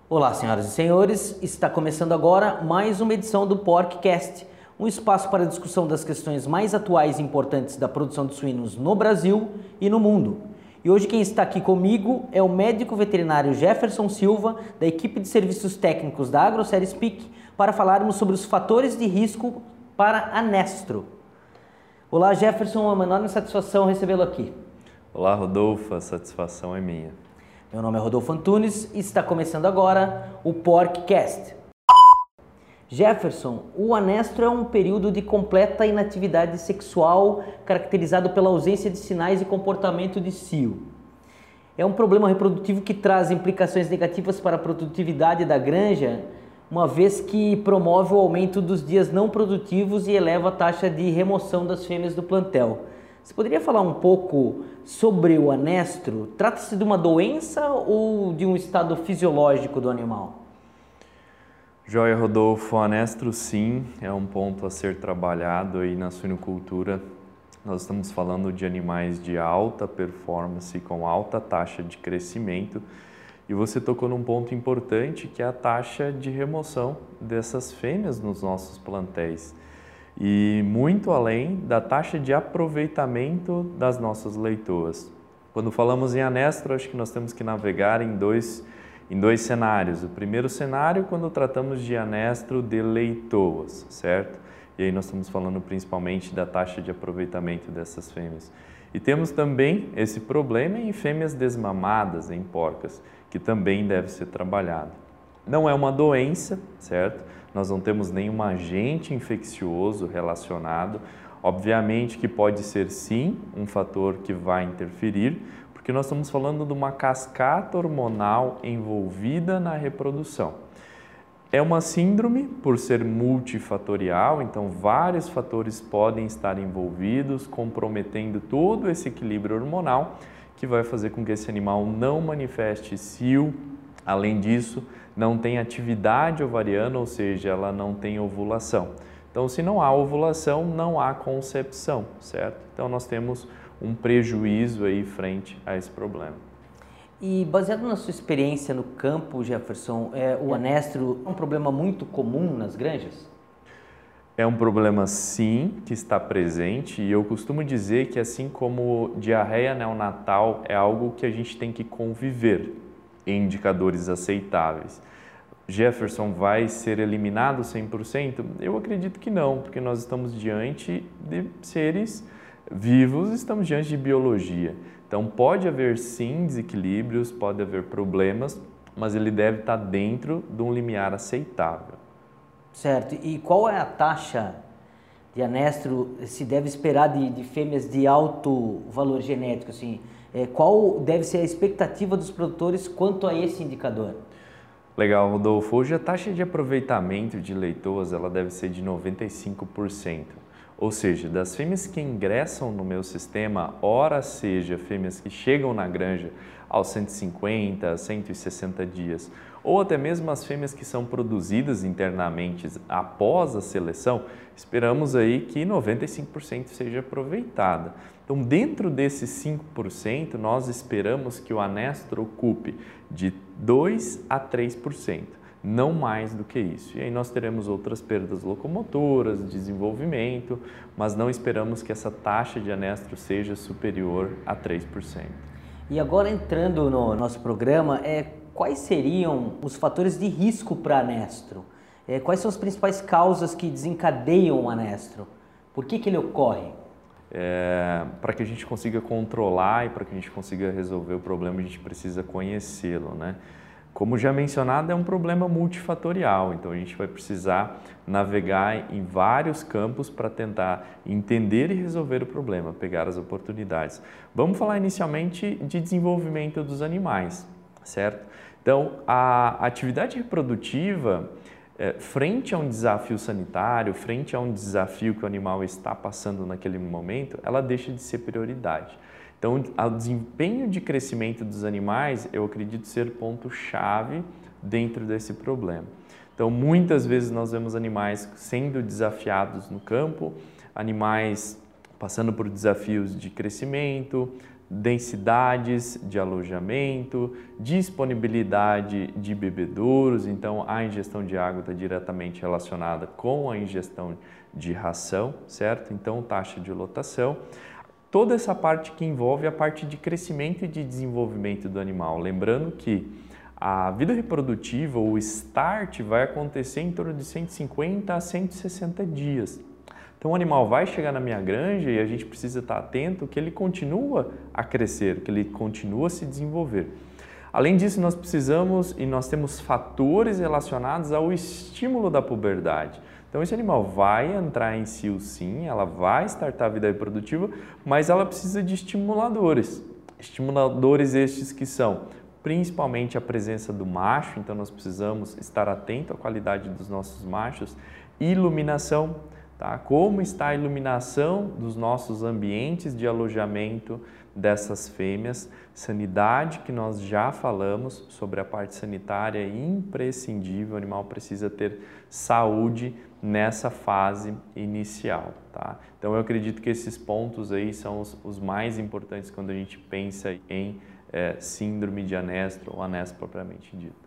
Olá, senhoras e senhores, está começando agora mais uma edição do Porccast, um espaço para a discussão das questões mais atuais e importantes da produção de suínos no Brasil e no mundo. E hoje quem está aqui comigo é o médico veterinário Jefferson Silva, da equipe de serviços técnicos da AgroSéries PIC, para falarmos sobre os fatores de risco para a Nestro. Olá, Jefferson, é uma enorme satisfação recebê-lo aqui. Olá, Rodolfo, a satisfação é minha. Meu nome é Rodolfo Antunes e está começando agora o Porccast. Jefferson, o anestro é um período de completa inatividade sexual caracterizado pela ausência de sinais e comportamento de cio. É um problema reprodutivo que traz implicações negativas para a produtividade da granja, uma vez que promove o aumento dos dias não produtivos e eleva a taxa de remoção das fêmeas do plantel. Você poderia falar um pouco sobre o anestro? Trata-se de uma doença ou de um estado fisiológico do animal? Joia, Rodolfo, o anestro sim é um ponto a ser trabalhado aí na suinocultura. Nós estamos falando de animais de alta performance, com alta taxa de crescimento. E você tocou num ponto importante, que é a taxa de remoção dessas fêmeas nos nossos plantéis. E muito além da taxa de aproveitamento das nossas leitoas. Quando falamos em anestro, acho que nós temos que navegar em dois cenários. O primeiro cenário, quando tratamos de anestro de leitoas, certo? E aí nós estamos falando principalmente da taxa de aproveitamento dessas fêmeas. E temos também esse problema em fêmeas desmamadas, em porcas, que também deve ser trabalhado. Não é uma doença, certo? Nós não temos nenhum agente infeccioso relacionado. Obviamente que pode ser sim um fator que vai interferir, porque nós estamos falando de uma cascata hormonal envolvida na reprodução. É uma síndrome por ser multifatorial, então vários fatores podem estar envolvidos, comprometendo todo esse equilíbrio hormonal, que vai fazer com que esse animal não manifeste cio. Além disso, não tem atividade ovariana, ou seja, ela não tem ovulação. Então, se não há ovulação, não há concepção, certo? Então, nós temos um prejuízo aí frente a esse problema. E baseado na sua experiência no campo, Jefferson, o anestro é um problema muito comum nas granjas? É um problema sim, que está presente, e eu costumo dizer que assim como diarreia neonatal é algo que a gente tem que conviver em indicadores aceitáveis. Jefferson vai ser eliminado 100%? Eu acredito que não, porque nós estamos diante de seres vivos, estamos diante de biologia. Então pode haver sim desequilíbrios, pode haver problemas, mas ele deve estar dentro de um limiar aceitável. Certo. E qual é a taxa de anestro se deve esperar de fêmeas de alto valor genético? Assim, qual deve ser a expectativa dos produtores quanto a esse indicador? Legal, Rodolfo. Hoje a taxa de aproveitamento de leitoas ela deve ser de 95%. Ou seja, das fêmeas que ingressam no meu sistema, ora seja fêmeas que chegam na granja aos 150, 160 dias, ou até mesmo as fêmeas que são produzidas internamente após a seleção, esperamos aí que 95% seja aproveitada. Então, dentro desses 5%, nós esperamos que o anestro ocupe de 2 a 3%, não mais do que isso. E aí nós teremos outras perdas locomotoras, desenvolvimento, mas não esperamos que essa taxa de anestro seja superior a 3%. E agora entrando no nosso programa, quais seriam os fatores de risco para anestro? Quais são as principais causas que desencadeiam o anestro? Por que ele ocorre? Para que a gente consiga controlar e para que a gente consiga resolver o problema, a gente precisa conhecê-lo, né? Como já mencionado, é um problema multifatorial, então a gente vai precisar navegar em vários campos para tentar entender e resolver o problema, pegar as oportunidades. Vamos falar inicialmente de desenvolvimento dos animais, certo? Então, a atividade reprodutiva, frente a um desafio sanitário, frente a um desafio que o animal está passando naquele momento, ela deixa de ser prioridade. Então, o desempenho de crescimento dos animais, eu acredito ser ponto-chave dentro desse problema. Então, muitas vezes nós vemos animais sendo desafiados no campo, animais passando por desafios de crescimento, densidades de alojamento, disponibilidade de bebedouros, então a ingestão de água está diretamente relacionada com a ingestão de ração, certo? Então taxa de lotação, toda essa parte que envolve a parte de crescimento e de desenvolvimento do animal, lembrando que a vida reprodutiva, o start, vai acontecer em torno de 150 a 160 dias. Então o animal vai chegar na minha granja e a gente precisa estar atento que ele continua a crescer, que ele continua a se desenvolver. Além disso, nós precisamos e nós temos fatores relacionados ao estímulo da puberdade. Então esse animal vai entrar em cio sim, ela vai startar a vida reprodutiva, mas ela precisa de estimuladores. Estimuladores estes que são principalmente a presença do macho, então nós precisamos estar atento à qualidade dos nossos machos, iluminação, tá? Como está a iluminação dos nossos ambientes de alojamento dessas fêmeas, sanidade, que nós já falamos sobre a parte sanitária, imprescindível, o animal precisa ter saúde nessa fase inicial, tá? Então eu acredito que esses pontos aí são os mais importantes quando a gente pensa em síndrome de Anestro ou Anestro propriamente dito.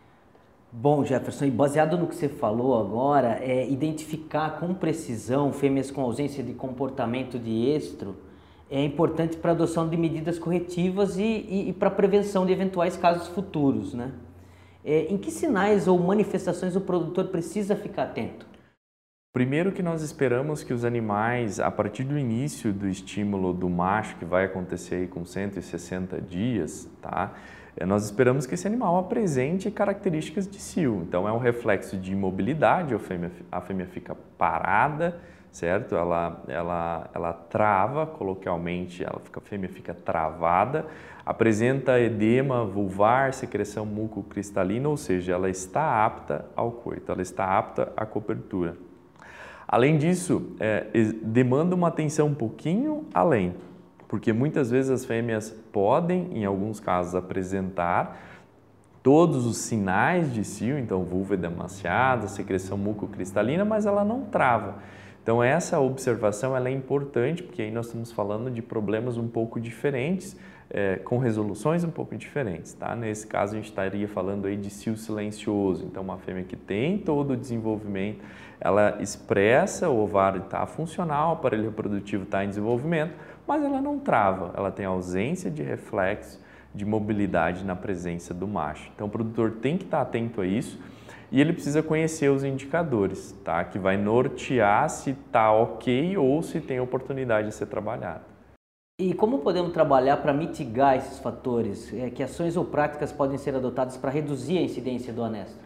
Bom, Jefferson, e baseado no que você falou agora, identificar com precisão fêmeas com ausência de comportamento de estro é importante para a adoção de medidas corretivas e para a prevenção de eventuais casos futuros, né? Em que sinais ou manifestações o produtor precisa ficar atento? Primeiro que nós esperamos que os animais, a partir do início do estímulo do macho, que vai acontecer aí com 160 dias, tá? Nós esperamos que esse animal apresente características de cio. Então é um reflexo de imobilidade, a fêmea fica parada, certo? Ela trava coloquialmente, a fêmea fica travada, apresenta edema vulvar, secreção mucocristalina, ou seja, ela está apta ao coito, ela está apta à cobertura. Além disso, demanda uma atenção um pouquinho além, porque muitas vezes as fêmeas podem, em alguns casos, apresentar todos os sinais de cio, então vulva edemaciada, secreção mucocristalina, mas ela não trava. Então essa observação ela é importante, porque aí nós estamos falando de problemas um pouco diferentes, com resoluções um pouco diferentes, tá? Nesse caso a gente estaria falando aí de cio silencioso, então uma fêmea que tem todo o desenvolvimento, ela expressa, o ovário está funcional, o aparelho reprodutivo está em desenvolvimento, mas ela não trava, ela tem ausência de reflexo, de mobilidade na presença do macho. Então o produtor tem que estar atento a isso e ele precisa conhecer os indicadores, tá? Que vai nortear se está ok ou se tem oportunidade de ser trabalhado. E como podemos trabalhar para mitigar esses fatores? Que ações ou práticas podem ser adotadas para reduzir a incidência do anestro?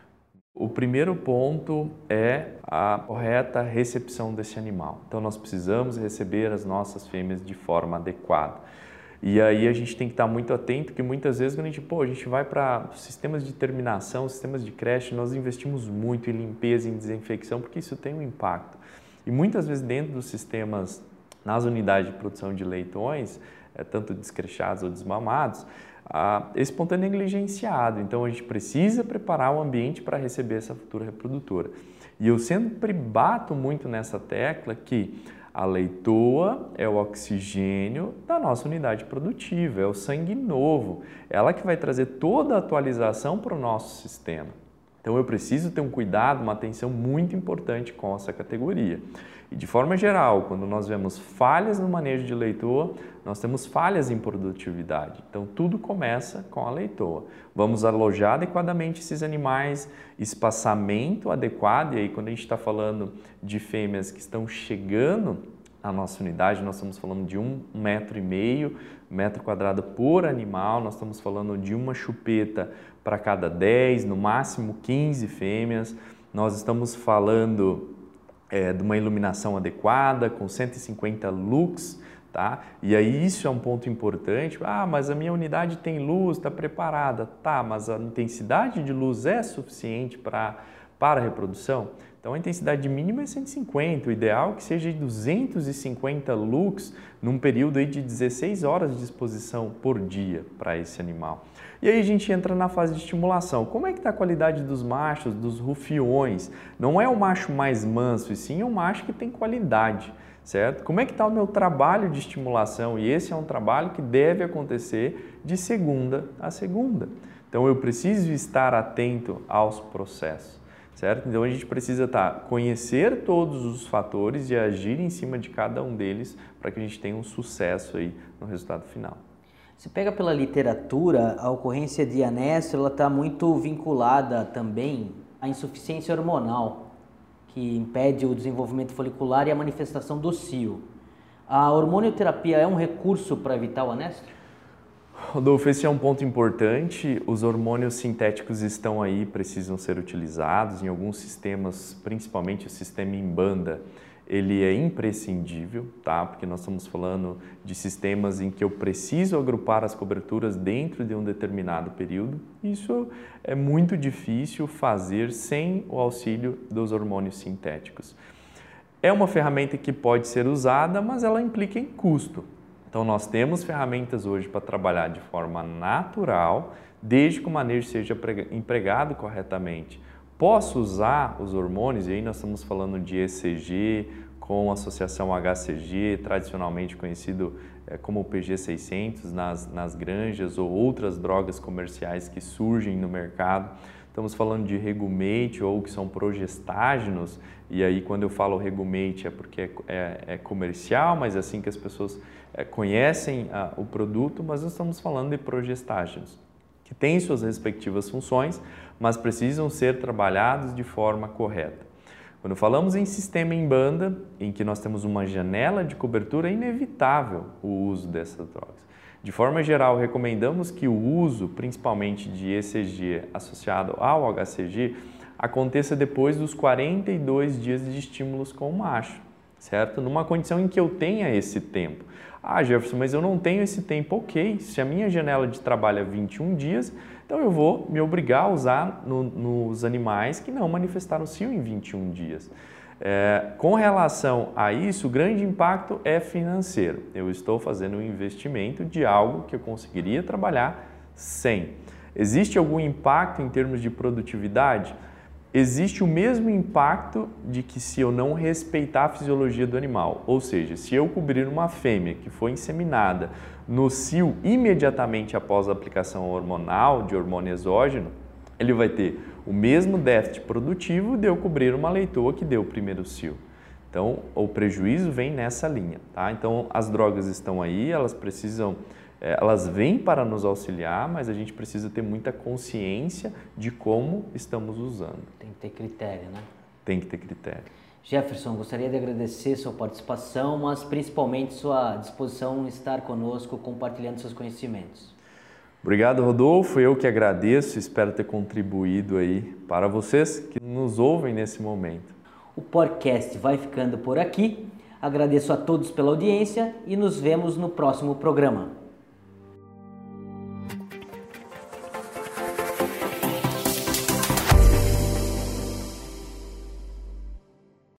O primeiro ponto é a correta recepção desse animal. Então nós precisamos receber as nossas fêmeas de forma adequada. E aí a gente tem que estar muito atento, que muitas vezes quando a gente vai para sistemas de terminação, sistemas de creche, nós investimos muito em limpeza, em desinfecção, porque isso tem um impacto. E muitas vezes dentro dos sistemas, nas unidades de produção de leitões, tanto descrechados ou desmamados, esse ponto é negligenciado, então a gente precisa preparar o ambiente para receber essa futura reprodutora. E eu sempre bato muito nessa tecla que a leitoa é o oxigênio da nossa unidade produtiva, é o sangue novo, ela que vai trazer toda a atualização para o nosso sistema. Então eu preciso ter um cuidado, uma atenção muito importante com essa categoria. E de forma geral, quando nós vemos falhas no manejo de leitoa, nós temos falhas em produtividade. Então tudo começa com a leitoa. Vamos alojar adequadamente esses animais, espaçamento adequado, e aí quando a gente está falando de fêmeas que estão chegando à nossa unidade, nós estamos falando de 1,5 metro quadrado por animal, nós estamos falando de uma chupeta para cada 10, no máximo 15 fêmeas, nós estamos falando de uma iluminação adequada, com 150 lux, tá? E aí isso é um ponto importante. Mas a minha unidade tem luz, está preparada. Tá, mas a intensidade de luz é suficiente para a reprodução? Então a intensidade mínima é 150, o ideal é que seja de 250 lux num período aí de 16 horas de exposição por dia para esse animal. E aí a gente entra na fase de estimulação. Como é que está a qualidade dos machos, dos rufiões? Não é o macho mais manso, e sim o macho que tem qualidade, certo? Como é que está o meu trabalho de estimulação? E esse é um trabalho que deve acontecer de segunda a segunda. Então, eu preciso estar atento aos processos, certo? Então, a gente precisa conhecer todos os fatores e agir em cima de cada um deles para que a gente tenha um sucesso aí no resultado final. Se pega pela literatura, a ocorrência de anestro está muito vinculada também à insuficiência hormonal, que impede o desenvolvimento folicular e a manifestação do cio. A hormonioterapia é um recurso para evitar o anestro? Rodolfo, esse é um ponto importante. Os hormônios sintéticos estão aí, precisam ser utilizados em alguns sistemas, principalmente o sistema em banda. Ele é imprescindível, tá? Porque nós estamos falando de sistemas em que eu preciso agrupar as coberturas dentro de um determinado período. Isso é muito difícil fazer sem o auxílio dos hormônios sintéticos. É uma ferramenta que pode ser usada, mas ela implica em custo. Então, nós temos ferramentas hoje para trabalhar de forma natural, desde que o manejo seja empregado corretamente. Posso usar os hormônios, e aí nós estamos falando de ECG com associação HCG, tradicionalmente conhecido como PG600 nas granjas ou outras drogas comerciais que surgem no mercado. Estamos falando de Regumate ou que são progestágenos, e aí quando eu falo Regumate é porque é comercial, mas é assim que as pessoas conhecem o produto, mas nós estamos falando de progestágenos, que têm suas respectivas funções, mas precisam ser trabalhados de forma correta. Quando falamos em sistema em banda, em que nós temos uma janela de cobertura, é inevitável o uso dessas drogas. De forma geral, recomendamos que o uso, principalmente de ECG associado ao HCG, aconteça depois dos 42 dias de estímulos com o macho, certo? Numa condição em que eu tenha esse tempo. Ah, Jefferson, mas eu não tenho esse tempo. Ok, se a minha janela de trabalho é 21 dias, então eu vou me obrigar a usar nos animais que não manifestaram cio em 21 dias. Com relação a isso, o grande impacto é financeiro. Eu estou fazendo um investimento de algo que eu conseguiria trabalhar sem. Existe algum impacto em termos de produtividade? Existe o mesmo impacto de que se eu não respeitar a fisiologia do animal, ou seja, se eu cobrir uma fêmea que foi inseminada no cio imediatamente após a aplicação hormonal de hormônio exógeno, ele vai ter o mesmo déficit produtivo de eu cobrir uma leitoa que deu o primeiro cio. Então, o prejuízo vem nessa linha, tá? Então, as drogas estão aí, elas vêm para nos auxiliar, mas a gente precisa ter muita consciência de como estamos usando. Tem que ter critério, né? Tem que ter critério. Jefferson, gostaria de agradecer sua participação, mas principalmente sua disposição em estar conosco, compartilhando seus conhecimentos. Obrigado, Rodolfo. Eu que agradeço, espero ter contribuído aí para vocês que nos ouvem nesse momento. O podcast vai ficando por aqui. Agradeço a todos pela audiência e nos vemos no próximo programa.